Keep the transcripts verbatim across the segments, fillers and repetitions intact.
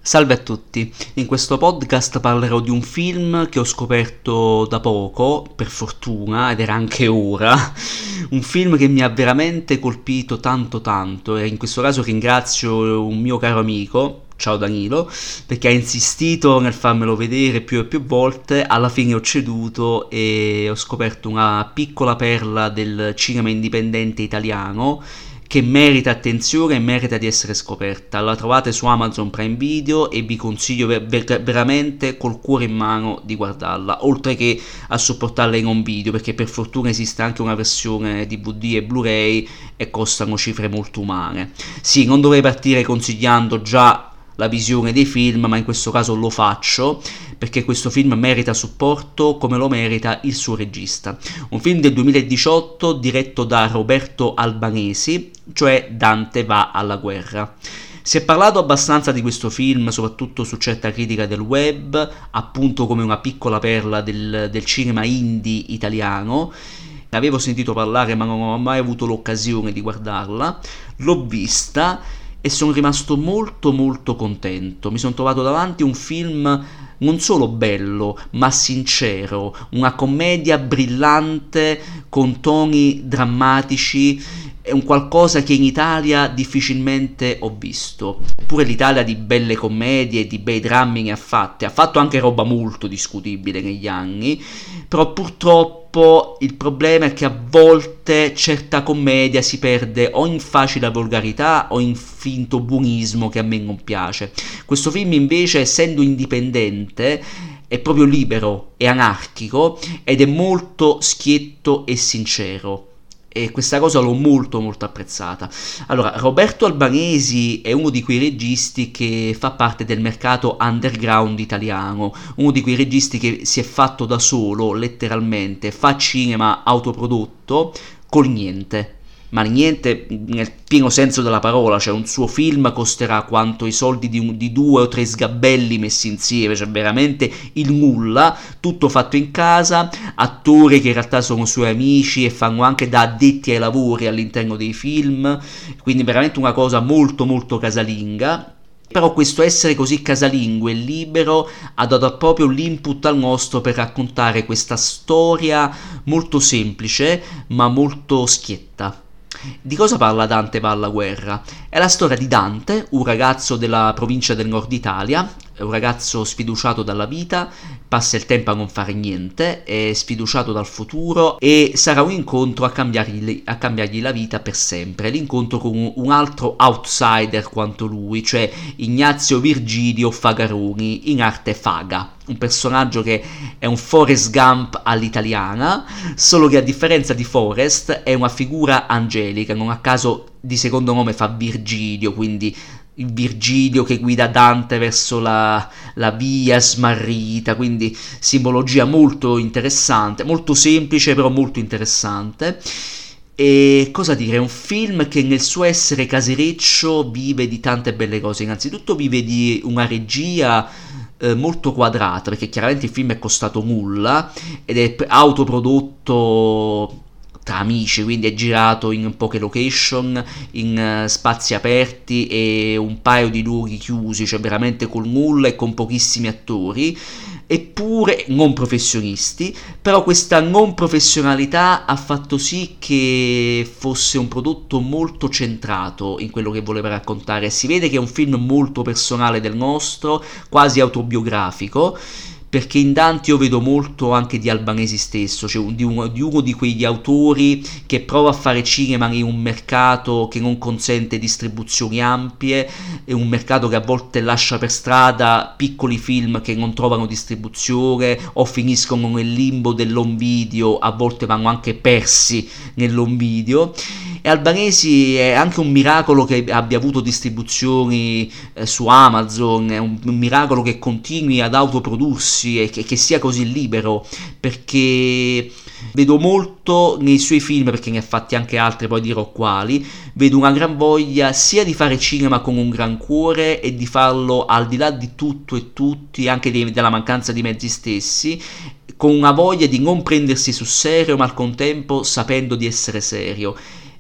Salve a tutti, in questo podcast parlerò di un film che ho scoperto da poco, per fortuna, ed era anche ora, un film che mi ha veramente colpito tanto tanto e in questo caso ringrazio un mio caro amico, ciao Danilo, perché ha insistito nel farmelo vedere più e più volte. Alla fine ho ceduto e ho scoperto una piccola perla del cinema indipendente italiano che merita attenzione e merita di essere scoperta. La trovate su Amazon Prime Video e vi consiglio ver- ver- veramente col cuore in mano di guardarla, oltre che a sopportarla in home video, perché per fortuna esiste anche una versione D V D e Blu-ray e costano cifre molto umane. Sì, non dovrei partire consigliando già la visione dei film, ma in questo caso lo faccio perché questo film merita supporto come lo merita il suo regista. Un film del duemiladiciotto diretto da Roberto Albanesi, cioè Dante va alla guerra. Si è parlato abbastanza di questo film, soprattutto su certa critica del web, appunto come una piccola perla del, del cinema indie italiano. Ne avevo sentito parlare ma non ho mai avuto l'occasione di guardarla. L'ho vista e sono rimasto molto molto contento. Mi sono trovato davanti un film non solo bello, ma sincero, una commedia brillante con toni drammatici, è un qualcosa che in Italia difficilmente ho visto. Eppure l'Italia di belle commedie e di bei drammi ne ha fatte, ha fatto anche roba molto discutibile negli anni, però purtroppo il problema è che a volte certa commedia si perde o in facile volgarità o in finto buonismo che a me non piace. Questo film invece, essendo indipendente, è proprio libero e anarchico ed è molto schietto e sincero. E questa cosa l'ho molto molto apprezzata. Allora, Roberto Albanesi è uno di quei registi che fa parte del mercato underground italiano, uno di quei registi che si è fatto da solo, letteralmente, fa cinema autoprodotto col niente. Ma niente nel pieno senso della parola, cioè un suo film costerà quanto i soldi di, un, di due o tre sgabelli messi insieme, cioè veramente il nulla, tutto fatto in casa, attori che in realtà sono suoi amici e fanno anche da addetti ai lavori all'interno dei film, quindi veramente una cosa molto molto casalinga. Però questo essere così casalingo e libero ha dato proprio l'input al nostro per raccontare questa storia molto semplice ma molto schietta. Di cosa parla Dante va alla guerra? È la storia di Dante, un ragazzo della provincia del nord Italia, un ragazzo sfiduciato dalla vita, passa il tempo a non fare niente, è sfiduciato dal futuro e sarà un incontro a cambiargli, a cambiargli la vita per sempre. L'incontro con un altro outsider quanto lui, cioè Ignazio Virgilio Fagaroni, in arte Faga. Un personaggio che è un Forrest Gump all'italiana, solo che a differenza di Forrest è una figura angelica, non a caso di secondo nome fa Virgilio, quindi il Virgilio che guida Dante verso la, la via smarrita, quindi simbologia molto interessante, molto semplice però molto interessante. E cosa dire, è un film che nel suo essere casereccio vive di tante belle cose. Innanzitutto vive di una regia eh, molto quadrata, perché chiaramente il film è costato nulla ed è autoprodotto tra amici, quindi è girato in poche location, in uh, spazi aperti e un paio di luoghi chiusi, cioè veramente col nulla e con pochissimi attori, eppure non professionisti. Però questa non professionalità ha fatto sì che fosse un prodotto molto centrato in quello che voleva raccontare. Si vede che è un film molto personale del nostro, quasi autobiografico, perché in Dante io vedo molto anche di Albanesi stesso, cioè di uno, di uno di quegli autori che prova a fare cinema in un mercato che non consente distribuzioni ampie, è un mercato che a volte lascia per strada piccoli film che non trovano distribuzione o finiscono nel limbo dell'home video, a volte vanno anche persi nell'home video. E Albanesi è anche un miracolo che abbia avuto distribuzioni eh, su Amazon, è un, un miracolo che continui ad autoprodursi e che, che sia così libero, perché vedo molto nei suoi film, perché ne ha fatti anche altri, poi dirò quali, vedo una gran voglia sia di fare cinema con un gran cuore e di farlo al di là di tutto e tutti, anche di, della mancanza di mezzi stessi, con una voglia di non prendersi sul serio ma al contempo sapendo di essere serio.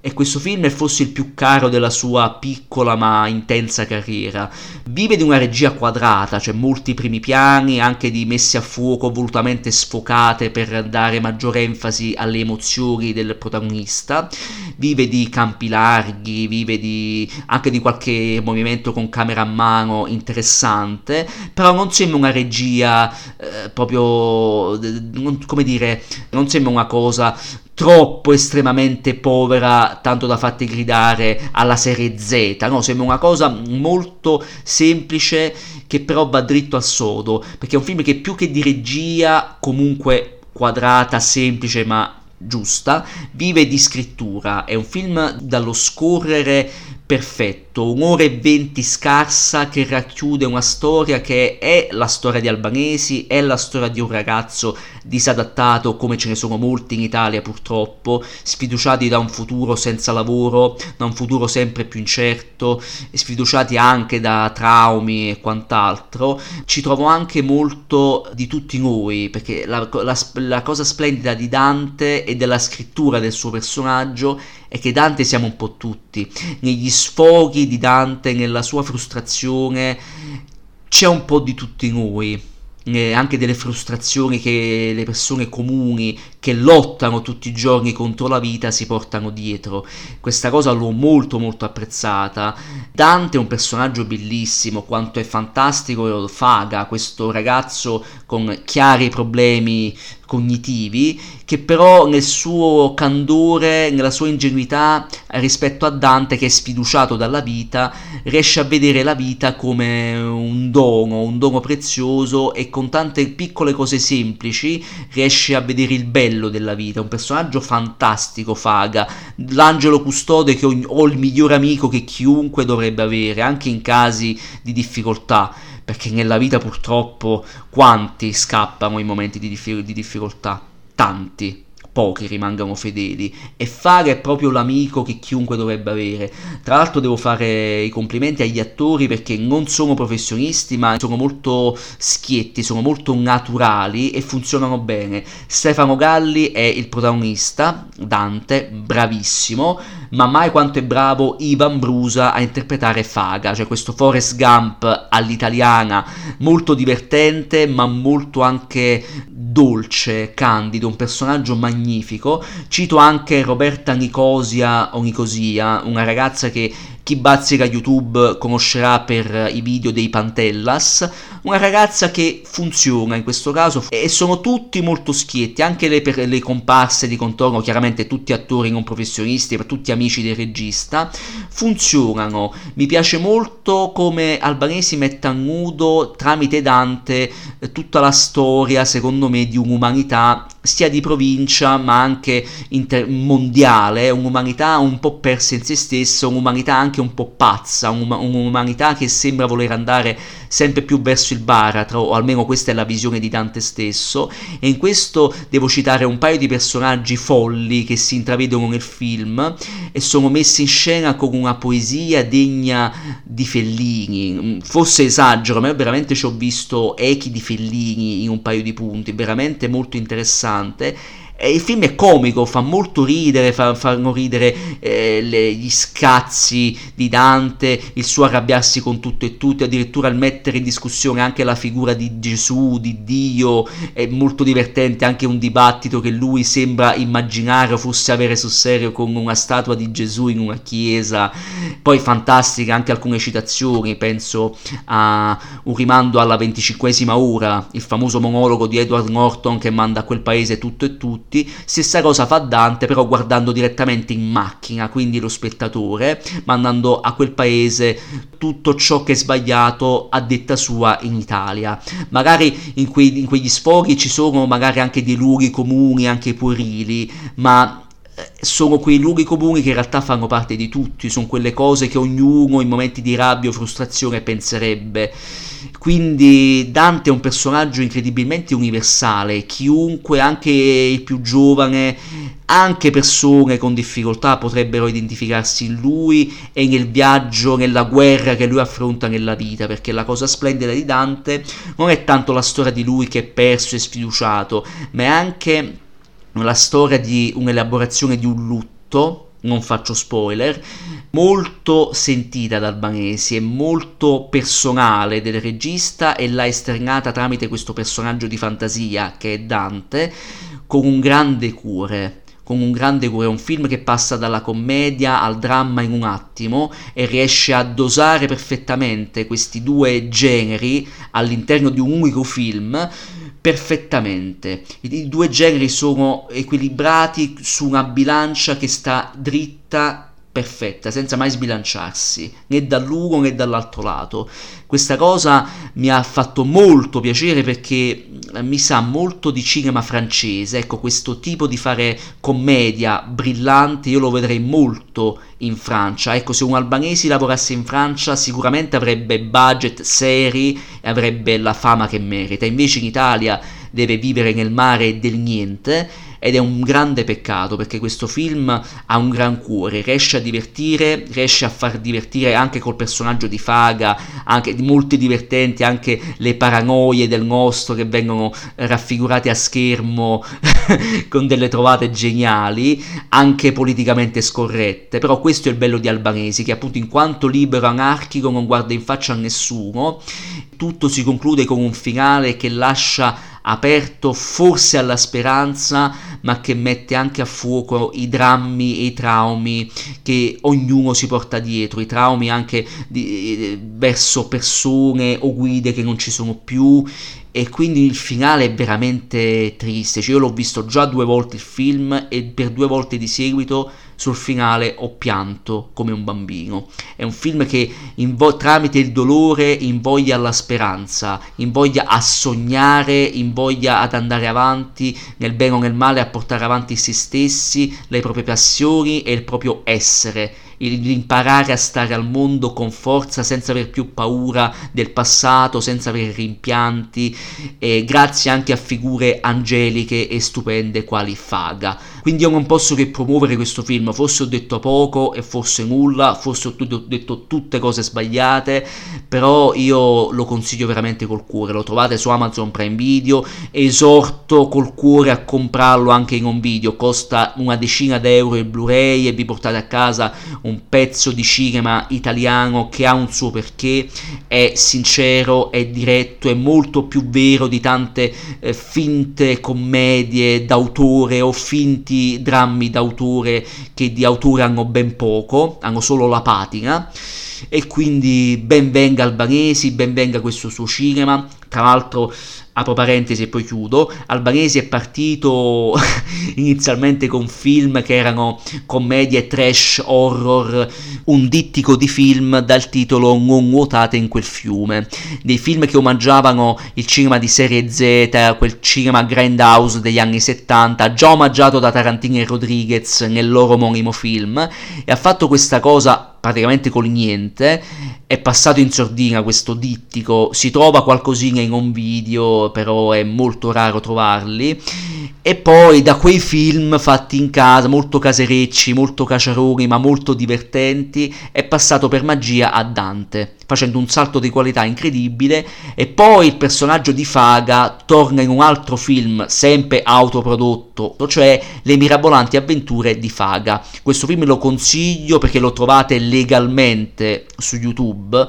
e questo film è forse il più caro della sua piccola ma intensa carriera. Vive di una regia quadrata, cioè molti primi piani, anche di messe a fuoco volutamente sfocate per dare maggiore enfasi alle emozioni del protagonista, vive di campi larghi, vive di anche di qualche movimento con camera a mano interessante, però non sembra una regia eh, proprio, non, come dire, non sembra una cosa troppo estremamente povera, tanto da farti gridare alla serie Z, no, sembra una cosa molto semplice che però va dritto al sodo, perché è un film che più che di regia, comunque quadrata, semplice ma giusta, vive di scrittura. È un film dallo scorrere perfetto, un'ora e venti scarsa che racchiude una storia che è la storia di Albanesi, è la storia di un ragazzo disadattato, come ce ne sono molti in Italia purtroppo, sfiduciati da un futuro senza lavoro, da un futuro sempre più incerto, e sfiduciati anche da traumi e quant'altro. Ci trovo anche molto di tutti noi, perché la, la, la cosa splendida di Dante e della scrittura del suo personaggio è che Dante siamo un po' tutti. Negli sfoghi di Dante, nella sua frustrazione, c'è un po' di tutti noi, eh, anche delle frustrazioni che le persone comuni che lottano tutti i giorni contro la vita si portano dietro. Questa cosa l'ho molto molto apprezzata. Dante è un personaggio bellissimo, quanto è fantastico Faga, questo ragazzo con chiari problemi cognitivi, che però nel suo candore, nella sua ingenuità rispetto a Dante che è sfiduciato dalla vita, riesce a vedere la vita come un dono, un dono prezioso, e con tante piccole cose semplici riesce a vedere il bello della vita. Un personaggio fantastico Faga, l'angelo custode che ho il migliore amico che chiunque dovrebbe avere, anche in casi di difficoltà, perché nella vita purtroppo quanti scappano in momenti di, dif- di difficoltà? Tanti. Pochi rimangono fedeli, e Faga è proprio l'amico che chiunque dovrebbe avere. Tra l'altro devo fare i complimenti agli attori, perché non sono professionisti ma sono molto schietti, sono molto naturali e funzionano bene. Stefano Galli è il protagonista, Dante, bravissimo, ma mai quanto è bravo Ivan Brusa a interpretare Faga, cioè questo Forrest Gump all'italiana, molto divertente ma molto anche dolce, candido, un personaggio magnifico. Cito anche Roberta Nicosia o Nicosia, una ragazza che chi bazzica YouTube conoscerà per i video dei Pantellas, una ragazza che funziona in questo caso, e sono tutti molto schietti, anche le, per le comparse di contorno, chiaramente tutti attori non professionisti, per tutti amici del regista, funzionano. Mi piace molto come Albanesi mette a nudo tramite Dante eh, tutta la storia, secondo me, di un'umanità sia di provincia ma anche inter- mondiale, un'umanità un po' persa in se stessa, un'umanità anche un po' pazza, un'um- un'umanità che sembra voler andare sempre più verso il baratro, o almeno questa è la visione di Dante stesso. E in questo devo citare un paio di personaggi folli che si intravedono nel film e sono messi in scena con una poesia degna di Fellini. Forse esagero, ma io veramente ci ho visto echi di Fellini in un paio di punti, veramente molto interessante. E il film è comico, fa molto ridere, fa, fanno ridere eh, le, gli scazzi di Dante, il suo arrabbiarsi con tutto e tutti, addirittura il mettere in discussione anche la figura di Gesù, di Dio. È molto divertente anche un dibattito che lui sembra immaginare o forse avere sul serio con una statua di Gesù in una chiesa. Poi fantastica anche alcune citazioni, penso a un rimando alla venticinquesima ora, il famoso monologo di Edward Norton che manda a quel paese tutto e tutti. Stessa cosa fa Dante, però guardando direttamente in macchina, quindi lo spettatore, mandando a quel paese tutto ciò che è sbagliato a detta sua in Italia. Magari in, quei, in quegli sfoghi ci sono magari anche dei luoghi comuni, anche puerili, ma sono quei luoghi comuni che in realtà fanno parte di tutti, sono quelle cose che ognuno in momenti di rabbia o frustrazione penserebbe. Quindi Dante è un personaggio incredibilmente universale, chiunque, anche il più giovane, anche persone con difficoltà potrebbero identificarsi in lui e nel viaggio, nella guerra che lui affronta nella vita, perché la cosa splendida di Dante non è tanto la storia di lui che è perso e sfiduciato, ma è anche la storia di un'elaborazione di un lutto non faccio spoiler, molto sentita da Albanesi, è molto personale del regista e l'ha esternata tramite questo personaggio di fantasia che è Dante, con un grande cuore. Con un grande cuore, è un film che passa dalla commedia al dramma in un attimo e riesce a dosare perfettamente questi due generi all'interno di un unico film perfettamente. I due generi sono equilibrati su una bilancia che sta dritta, perfetta, senza mai sbilanciarsi né dall'uno né dall'altro lato. Questa cosa mi ha fatto molto piacere perché mi sa molto di cinema francese. Ecco, questo tipo di fare commedia brillante io lo vedrei molto in Francia. Ecco, se un Albanesi lavorasse in Francia sicuramente avrebbe budget seri e avrebbe la fama che merita. Invece in Italia deve vivere nel mare del niente, ed è un grande peccato perché questo film ha un gran cuore, riesce a divertire, riesce a far divertire anche col personaggio di Faga, anche molti divertenti anche le paranoie del nostro che vengono raffigurate a schermo con delle trovate geniali, anche politicamente scorrette. Però questo è il bello di Albanesi, che appunto in quanto libero anarchico non guarda in faccia a nessuno, tutto si conclude con un finale che lascia aperto forse alla speranza, ma che mette anche a fuoco i drammi e i traumi che ognuno si porta dietro, i traumi anche di, verso persone o guide che non ci sono più. E quindi il finale è veramente triste. Cioè, io l'ho visto già due volte il film e per due volte di seguito sul finale ho pianto come un bambino. È un film che invo- tramite il dolore invoglia alla speranza, invoglia a sognare, invoglia ad andare avanti nel bene o nel male, a portare avanti se stessi, le proprie passioni e il proprio essere, l'imparare a stare al mondo con forza senza aver più paura del passato, senza avere rimpianti, e grazie anche a figure angeliche e stupende quali Faga. Quindi io non posso che promuovere questo film. Forse ho detto poco e forse nulla, forse ho, ho detto tutte cose sbagliate, però io lo consiglio veramente col cuore. Lo trovate su Amazon Prime Video, esorto col cuore a comprarlo anche in home video, costa una decina d'euro il Blu-ray e vi portate a casa un pezzo di cinema italiano che ha un suo perché, è sincero, è diretto, è molto più vero di tante eh, finte commedie d'autore o finti drammi d'autore che di autore hanno ben poco, hanno solo la patina. E quindi ben venga Albanesi, ben venga questo suo cinema. Tra l'altro, apro parentesi e poi chiudo, Albanesi è partito inizialmente con film che erano commedie trash horror, un dittico di film dal titolo Non nuotate in quel fiume, dei film che omaggiavano il cinema di serie Z, quel cinema grindhouse degli anni settanta, già omaggiato da Tarantino e Rodriguez nel loro omonimo film, e ha fatto questa cosa praticamente col niente. È passato in sordina questo dittico, si trova qualcosina in home video, però è molto raro trovarli. E poi da quei film fatti in casa, molto caserecci, molto caciaroni, ma molto divertenti, è passato per magia a Dante, facendo un salto di qualità incredibile. E poi il personaggio di Faga torna in un altro film, sempre autoprodotto, cioè Le mirabolanti avventure di Faga. Questo film lo consiglio perché lo trovate legalmente su YouTube.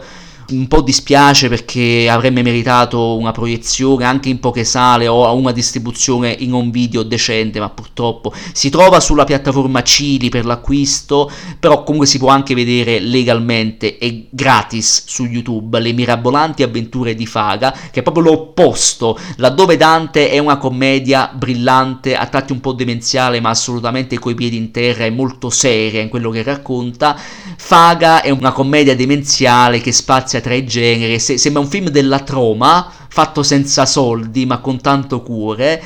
Un po' dispiace perché avrebbe meritato una proiezione anche in poche sale o una distribuzione in home video decente, ma purtroppo si trova sulla piattaforma Cili per l'acquisto, però comunque si può anche vedere legalmente e gratis su YouTube. Le mirabolanti avventure di Faga, che è proprio l'opposto, laddove Dante è una commedia brillante, a tratti un po' demenziale ma assolutamente coi piedi in terra e molto seria in quello che racconta. Faga è una commedia demenziale che spazia tra i generi, se- sembra un film della Troma fatto senza soldi ma con tanto cuore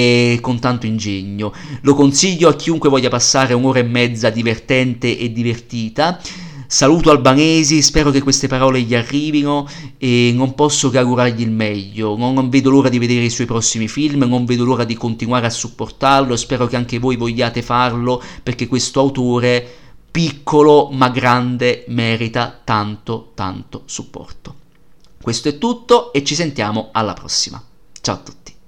e con tanto ingegno. Lo consiglio a chiunque voglia passare un'ora e mezza divertente e divertita. Saluto Albanesi, spero che queste parole gli arrivino e non posso che augurargli il meglio. Non, non vedo l'ora di vedere i suoi prossimi film, non vedo l'ora di continuare a supportarlo, spero che anche voi vogliate farlo perché questo autore piccolo ma grande merita tanto tanto supporto. Questo è tutto e ci sentiamo alla prossima. Ciao a tutti.